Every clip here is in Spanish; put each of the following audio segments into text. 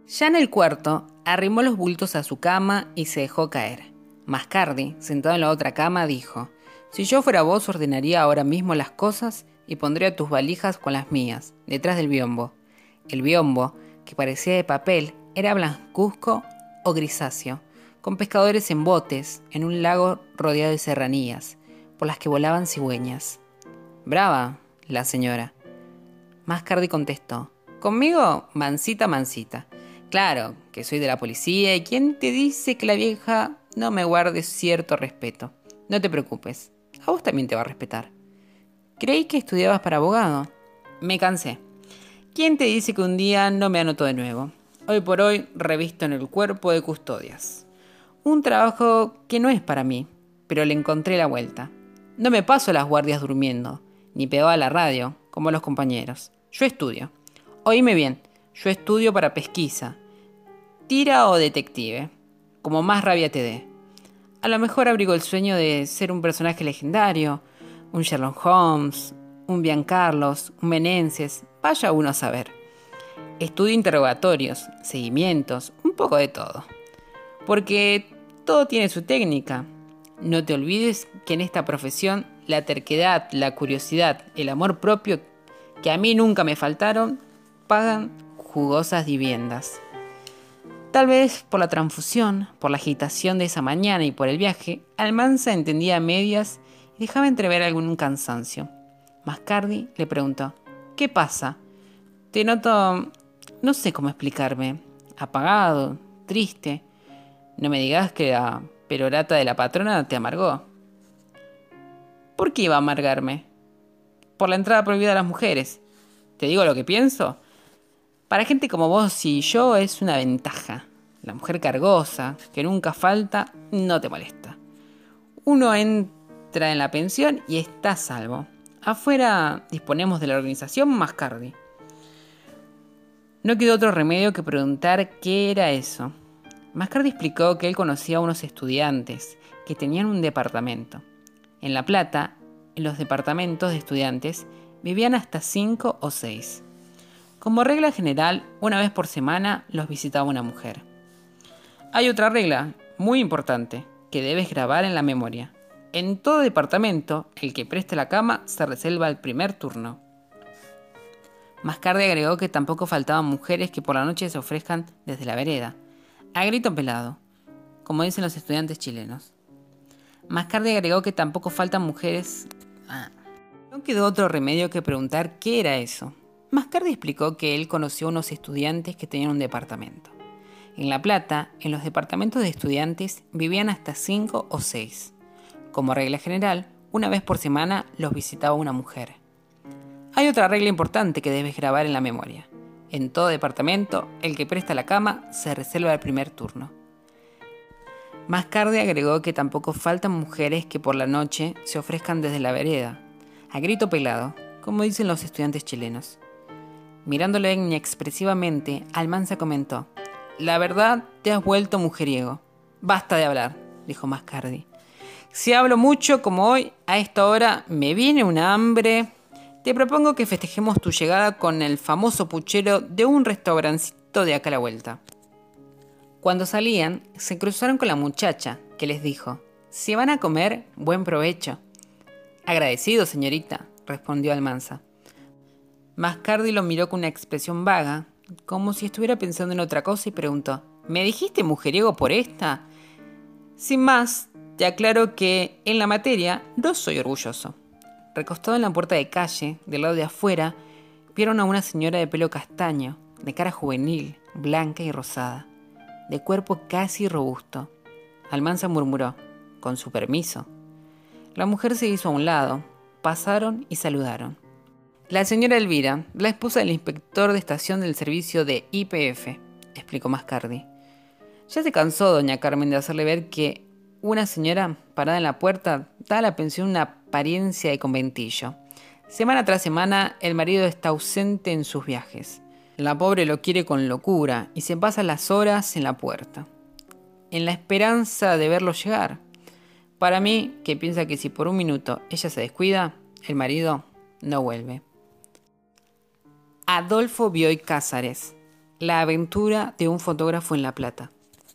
Ya en el cuarto, arrimó los bultos a su cama y se dejó caer. Mascardi, sentado en la otra cama, dijo: «Si yo fuera vos, ordenaría ahora mismo las cosas y pondría tus valijas con las mías, detrás del biombo». El biombo, que parecía de papel, era blancuzco o grisáceo, con pescadores en botes, en un lago rodeado de serranías, por las que volaban cigüeñas. «Brava, la señora». Mascardi contestó: «Conmigo, mansita, mansita. Claro, que soy de la policía y ¿quién te dice que la vieja no me guarde cierto respeto? No te preocupes, a vos también te va a respetar. Creí que estudiabas para abogado. Me cansé. ¿Quién te dice que un día no me anoto de nuevo? Hoy por hoy revisto en el cuerpo de custodias. Un trabajo que no es para mí, pero le encontré la vuelta. No me paso las guardias durmiendo, ni pegado a la radio, como los compañeros. Yo estudio. Oíme bien, yo estudio para pesquisa, tira o detective, como más rabia te dé. A lo mejor abrigo el sueño de ser un personaje legendario, un Sherlock Holmes, un Biancarlos, un Menenses, vaya uno a saber. Estudio interrogatorios, seguimientos, un poco de todo. Porque todo tiene su técnica. No te olvides que en esta profesión la terquedad, la curiosidad, el amor propio, que a mí nunca me faltaron, pagan jugosas dividendas. Tal vez por la transfusión, por la agitación de esa mañana y por el viaje, Almanza entendía a medias y dejaba entrever algún cansancio. Mascardi le preguntó: «¿Qué pasa? Te noto, no sé cómo explicarme, apagado, triste. No me digas que la perorata de la patrona te amargó». «¿Por qué iba a amargarme? Por la entrada prohibida a las mujeres. ¿Te digo lo que pienso? Para gente como vos y yo es una ventaja. La mujer cargosa, que nunca falta, no te molesta. Uno entra en la pensión y está a salvo. Afuera disponemos de la organización Mascardi». No quedó otro remedio que preguntar qué era eso. Mascardi explicó que él conocía a unos estudiantes que tenían un departamento. En La Plata, en los departamentos de estudiantes, vivían hasta 5 o 6. Como regla general, una vez por semana los visitaba una mujer. Hay otra regla, muy importante, que debes grabar en la memoria. En todo departamento, el que preste la cama se reserva el primer turno. Mascardi agregó que tampoco faltaban mujeres que por la noche se ofrezcan desde la vereda, a grito pelado, como dicen los estudiantes chilenos. Mascardi agregó que tampoco faltan mujeres... No quedó otro remedio que preguntar qué era eso. Mascardi explicó que él conoció a unos estudiantes que tenían un departamento. En La Plata, en los departamentos de estudiantes vivían hasta 5 o 6. Como regla general, una vez por semana los visitaba una mujer. Hay otra regla importante que debes grabar en la memoria. En todo departamento, el que presta la cama se reserva el primer turno. Mascardi agregó que tampoco faltan mujeres que por la noche se ofrezcan desde la vereda, a grito pelado, como dicen los estudiantes chilenos. Mirándole inexpresivamente, Almanza comentó: «La verdad, te has vuelto mujeriego». «Basta de hablar», dijo Mascardi. «Si hablo mucho como hoy, a esta hora me viene una hambre. Te propongo que festejemos tu llegada con el famoso puchero de un restaurancito de acá a la vuelta». Cuando salían, se cruzaron con la muchacha, que les dijo: «Si van a comer, buen provecho». «Agradecido, señorita», respondió Almanza. Mascardi lo miró con una expresión vaga, como si estuviera pensando en otra cosa, y preguntó: «¿Me dijiste mujeriego por esta?» «Sin más, te aclaro que en la materia no soy orgulloso». Recostado en la puerta de calle, del lado de afuera, vieron a una señora de pelo castaño, de cara juvenil, blanca y rosada, de cuerpo casi robusto. Almanza murmuró: «Con su permiso». La mujer se hizo a un lado, pasaron y saludaron. «La señora Elvira, la esposa del inspector de estación del servicio de YPF», explicó Mascardi. «Ya se cansó doña Carmen de hacerle ver que una señora parada en la puerta da a la pensión una apariencia de conventillo. Semana tras semana el marido está ausente en sus viajes. La pobre lo quiere con locura y se pasa las horas en la puerta, en la esperanza de verlo llegar. Para mí, que piensa que si por un minuto ella se descuida, el marido no vuelve». Adolfo Bioy Cázares, La aventura de un fotógrafo en La Plata.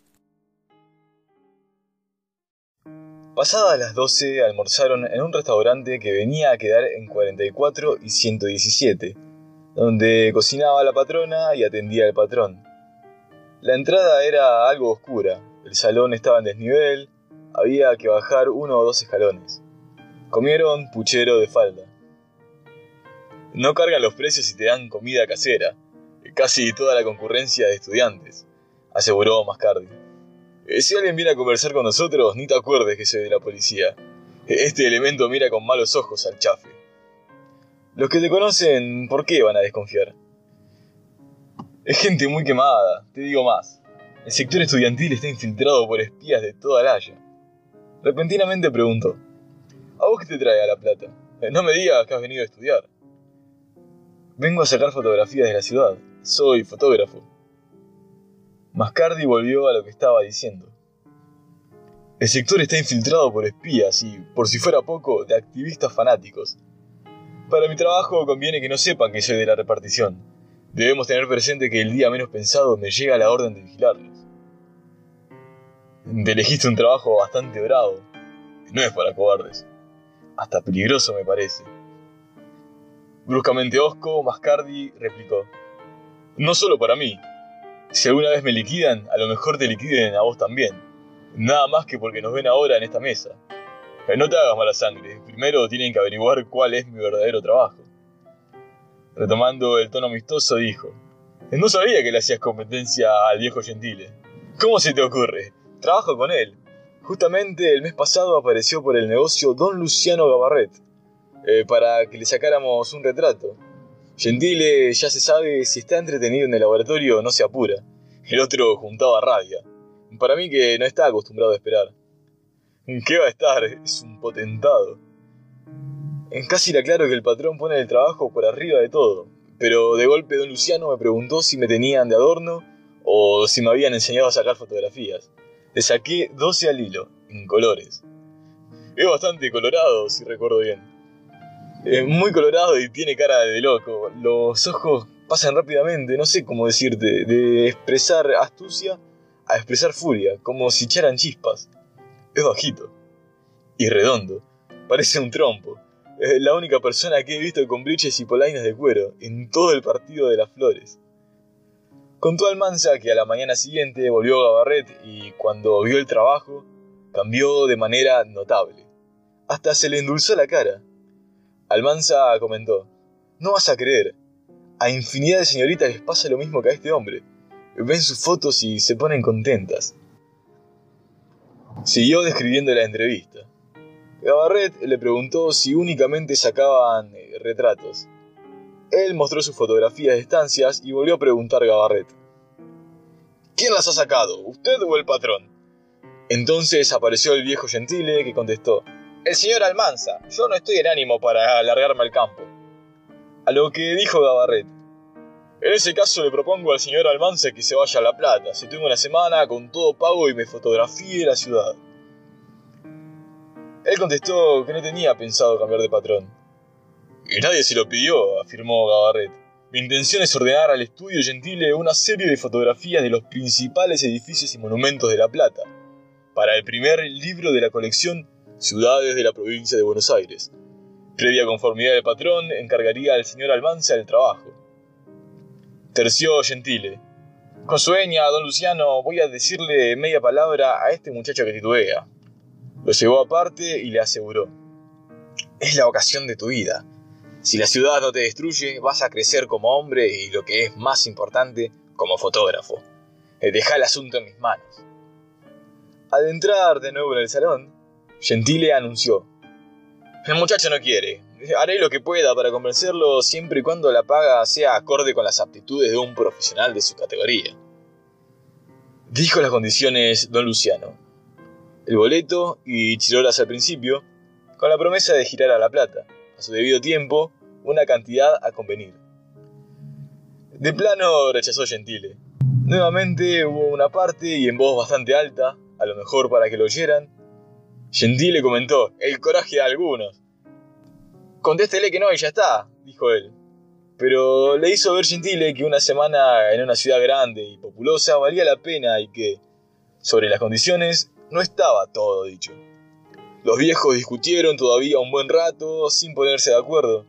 Pasadas las 12 almorzaron en un restaurante que venía a quedar en 44 y 117, donde cocinaba la patrona y atendía el patrón. La entrada era algo oscura, el salón estaba en desnivel, había que bajar 1 o 2 escalones. Comieron puchero de falda. No cargan los precios y te dan comida casera, casi toda la concurrencia de estudiantes, aseguró Mascardi. Si alguien viene a conversar con nosotros, ni te acuerdes que soy de la policía. Este elemento mira con malos ojos al chafe. Los que te conocen, ¿por qué van a desconfiar? Es gente muy quemada, te digo más. El sector estudiantil está infiltrado por espías de toda la Haya. Repentinamente preguntó: ¿a vos qué te trae a La Plata? No me digas que has venido a estudiar. Vengo a sacar fotografías de la ciudad. Soy fotógrafo. Mascardi volvió a lo que estaba diciendo. El sector está infiltrado por espías y, por si fuera poco, de activistas fanáticos. Para mi trabajo conviene que no sepan que soy de la repartición. Debemos tener presente que el día menos pensado me llega la orden de vigilarlos. Te elegiste un trabajo bastante bravo. No es para cobardes. Hasta peligroso me parece. Bruscamente hosco, Mascardi replicó: no solo para mí. Si alguna vez me liquidan, a lo mejor te liquiden a vos también. Nada más que porque nos ven ahora en esta mesa. No te hagas mala sangre. Primero tienen que averiguar cuál es mi verdadero trabajo. Retomando el tono amistoso, dijo: no sabía que le hacías competencia al viejo Gentile. ¿Cómo se te ocurre? Trabajo con él. Justamente el mes pasado apareció por el negocio don Luciano Gabarret, para que le sacáramos un retrato. Gentile, ya se sabe, si está entretenido en el laboratorio no se apura. El otro juntaba rabia. Para mí que no está acostumbrado a esperar. ¿Qué va a estar? Es un potentado. Casi era claro que el patrón pone el trabajo por arriba de todo, pero de golpe don Luciano me preguntó si me tenían de adorno o si me habían enseñado a sacar fotografías. Le saqué 12 al hilo, en colores. Es bastante colorado, si recuerdo bien. Muy colorado y tiene cara de loco. Los ojos pasan rápidamente, no sé cómo decirte, de expresar astucia a expresar furia, como si echaran chispas. Es bajito y redondo, parece un trompo. Es la única persona que he visto con briches y polainas de cuero en todo el partido de las Flores. Contó Almanza que a la mañana siguiente volvió Gabarret y cuando vio el trabajo cambió de manera notable. Hasta se le endulzó la cara. Almanza comentó: no vas a creer, a infinidad de señoritas les pasa lo mismo que a este hombre. Ven sus fotos y se ponen contentas. Siguió describiendo la entrevista. Gabarret le preguntó si únicamente sacaban retratos. Él mostró sus fotografías de estancias y volvió a preguntar Gabarret: ¿quién las ha sacado, usted o el patrón? Entonces apareció el viejo Gentile, que contestó: el señor Almanza, yo no estoy en ánimo para largarme al campo. A lo que dijo Gabarret: en ese caso le propongo al señor Almanza que se vaya a La Plata, se tome una semana con todo pago y me fotografíe la ciudad. Él contestó que no tenía pensado cambiar de patrón. Y nadie se lo pidió, afirmó Gabarret. Mi intención es ordenar al estudio Gentile una serie de fotografías de los principales edificios y monumentos de La Plata, para el primer libro de la colección Ciudades de la provincia de Buenos Aires. Previa conformidad del patrón, encargaría al señor Almanza el trabajo. Terció Gentile: con su venia, don Luciano, voy a decirle media palabra a este muchacho que titubea. Lo llevó aparte y le aseguró: es la ocasión de tu vida. Si la ciudad no te destruye, vas a crecer como hombre y, lo que es más importante, como fotógrafo. Dejá el asunto en mis manos. Al entrar de nuevo en el salón, Gentile anunció: el muchacho no quiere. Haré lo que pueda para convencerlo siempre y cuando la paga sea acorde con las aptitudes de un profesional de su categoría. Dijo las condiciones don Luciano: el boleto y chirolas al principio, con la promesa de girar a La Plata, a su debido tiempo, una cantidad a convenir. De plano rechazó Gentile. Nuevamente hubo una parte y en voz bastante alta, a lo mejor para que lo oyeran, Gentile comentó: el coraje de algunos. Contéstele que no y ya está, dijo él. pero le hizo ver Gentile que una semana en una ciudad grande y populosa valía la pena y que, sobre las condiciones, no estaba todo dicho. Los viejos discutieron todavía un buen rato sin ponerse de acuerdo.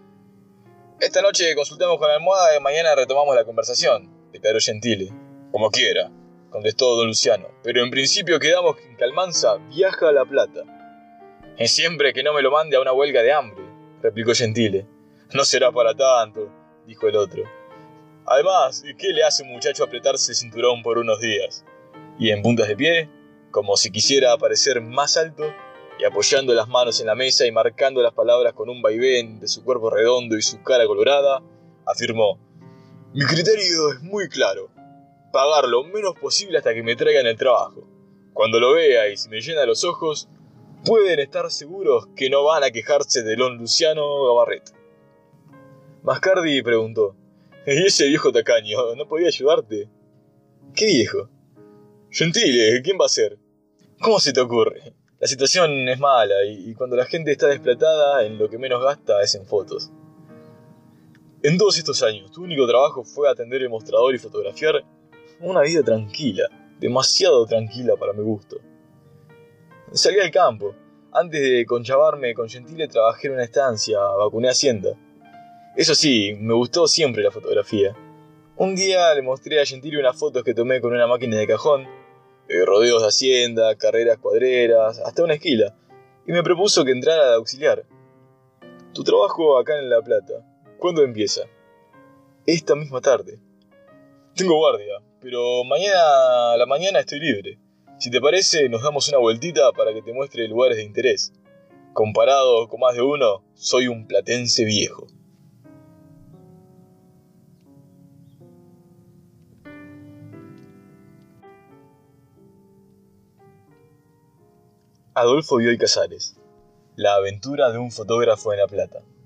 «Esta noche consultamos con la almohada y mañana retomamos la conversación», declaró Gentile. «Como quiera», contestó don Luciano, «pero en principio quedamos en que Almanza viaja a La Plata». «Siempre que no me lo mande a una huelga de hambre», replicó Gentile. «No será para tanto», dijo el otro. «Además, ¿qué le hace un muchacho apretarse el cinturón por unos días? Y en puntas de pie, como si quisiera parecer más alto, y apoyando las manos en la mesa y marcando las palabras con un vaivén de su cuerpo redondo y su cara colorada, afirmó: «Mi criterio es muy claro. Pagar lo menos posible hasta que me traigan el trabajo. Cuando lo vea y se me llena los ojos, pueden estar seguros que no van a quejarse de don Luciano Gabarret». Mascardi preguntó: «¿Y ese viejo tacaño no podía ayudarte?» «¿Qué viejo?» «Gentile, ¿quién va a ser?» «¿Cómo se te ocurre? La situación es mala y cuando la gente está desplatada, en lo que menos gasta es en fotos». «En todos estos años, tu único trabajo fue atender el mostrador y fotografiar». «Una vida tranquila, demasiado tranquila para mi gusto». «Salí al campo. Antes de conchavarme con Gentile trabajé en una estancia, vacuné hacienda. Eso sí, me gustó siempre la fotografía. Un día le mostré a Gentile unas fotos que tomé con una máquina de cajón, rodeos de hacienda, carreras cuadreras, hasta una esquila, y me propuso que entrara de auxiliar. «Tu trabajo acá en La Plata, ¿cuándo empieza?» «Esta misma tarde». «Tengo guardia, pero mañana a la mañana estoy libre. Si te parece, nos damos una vueltita para que te muestre lugares de interés. Comparado con más de uno, soy un platense viejo». Adolfo Bioy Casares. La aventura de un fotógrafo en La Plata.